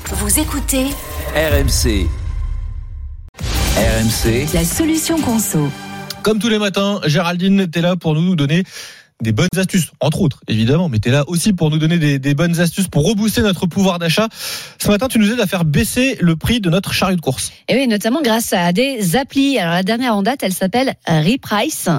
Vous écoutez RMC. RMC. La solution conso. Comme tous les matins, Géraldine, t'es là pour nous donner des bonnes astuces, entre autres, évidemment, mais t'es là aussi pour nous donner des bonnes astuces pour rebooster notre pouvoir d'achat. Ce matin, tu nous aides à faire baisser le prix de notre chariot de course. Et oui, notamment grâce à des applis. Alors, la dernière en date, elle s'appelle Reprice,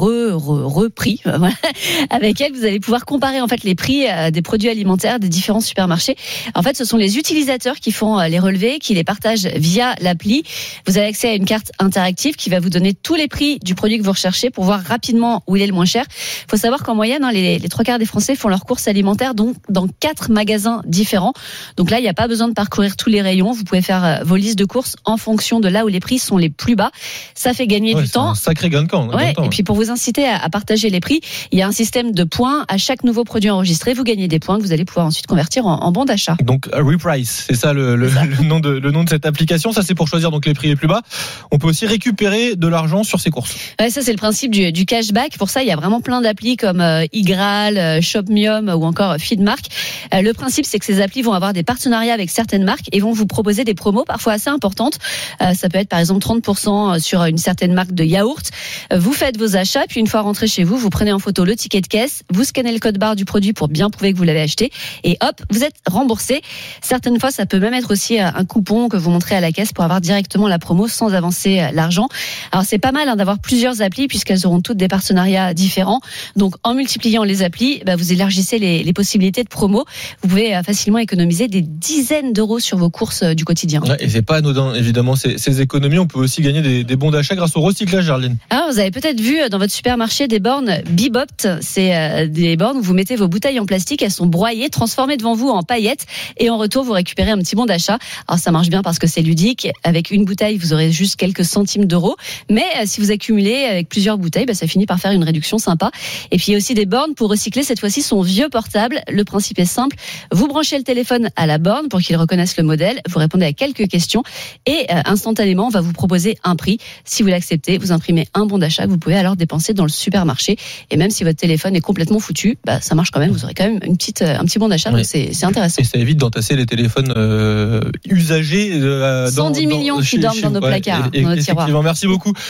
repris. Voilà. Avec elle, vous allez pouvoir comparer, en fait, les prix des produits alimentaires des différents supermarchés. En fait, ce sont les utilisateurs qui font les relevés, qui les partagent via l'appli. Vous avez accès à une carte interactive qui va vous donner tous les prix du produit que vous recherchez pour voir rapidement où il est le moins cher. Faut savoir qu'en moyenne, les 3/4 des Français font leurs courses alimentaires donc dans 4 magasins différents. Donc là, il n'y a pas besoin de parcourir tous les rayons. Vous pouvez faire vos listes de courses en fonction de là où les prix sont les plus bas. Ça fait gagner du temps. C'est un sacré gain de temps. Et puis pour vous inciter à partager les prix, il y a un système de points. À chaque nouveau produit enregistré, vous gagnez des points que vous allez pouvoir ensuite convertir en bons d'achat. Donc Reprice, c'est ça le nom de cette application. Ça, c'est pour choisir donc les prix les plus bas. On peut aussi récupérer de l'argent sur ses courses. Ouais, ça c'est le principe du cashback. Pour ça, il y a vraiment plein d'applis comme Igral, Shopmium ou encore Feedmark. Le principe, c'est que ces applis vont avoir des partenariats avec certaines marques et vont vous proposer des promos parfois assez importantes. Ça peut être par exemple 30% sur une certaine marque de yaourt. Vous faites vos achats, puis une fois rentré chez vous, vous prenez en photo le ticket de caisse, vous scannez le code barre du produit pour bien prouver que vous l'avez acheté et hop, vous êtes remboursé. Certaines fois, ça peut même être aussi un coupon que vous montrez à la caisse pour avoir directement la promo sans avancer l'argent. Alors c'est pas mal d'avoir plusieurs applis puisqu'elles auront toutes des partenariats différents. Donc en multipliant les applis, vous élargissez les possibilités de promo. Vous pouvez facilement économiser des dizaines d'euros sur vos courses du quotidien. Ouais, et c'est pas anodin, évidemment, ces économies. On peut aussi gagner des bons d'achat grâce au recyclage, Géraldine. Alors, vous avez peut-être vu dans votre supermarché des bornes Bibopt. C'est des bornes où vous mettez vos bouteilles en plastique, elles sont broyées, transformées devant vous en paillettes et en retour, vous récupérez un petit bon d'achat. Alors, ça marche bien parce que c'est ludique. Avec une bouteille, vous aurez juste quelques centimes d'euros. Mais si vous accumulez avec plusieurs bouteilles, ça finit par faire une réduction sympa. Et puis, il y a aussi des bornes pour recycler, cette fois-ci, son vieux portable. Le principe est simple. Vous branchez le téléphone à la borne pour qu'il reconnaisse le modèle. Vous répondez à quelques questions et instantanément, on va vous proposer un prix. Si vous l'acceptez, vous imprimez un bon d'achat que vous pouvez alors dépenser dans le supermarché. Et même si votre téléphone est complètement foutu, ça marche quand même. Vous aurez quand même un petit bon d'achat. Oui. Donc c'est intéressant. Et ça évite d'entasser les téléphones usagés. 110 millions qui dorment dans nos placards, dans nos tiroirs. Merci beaucoup.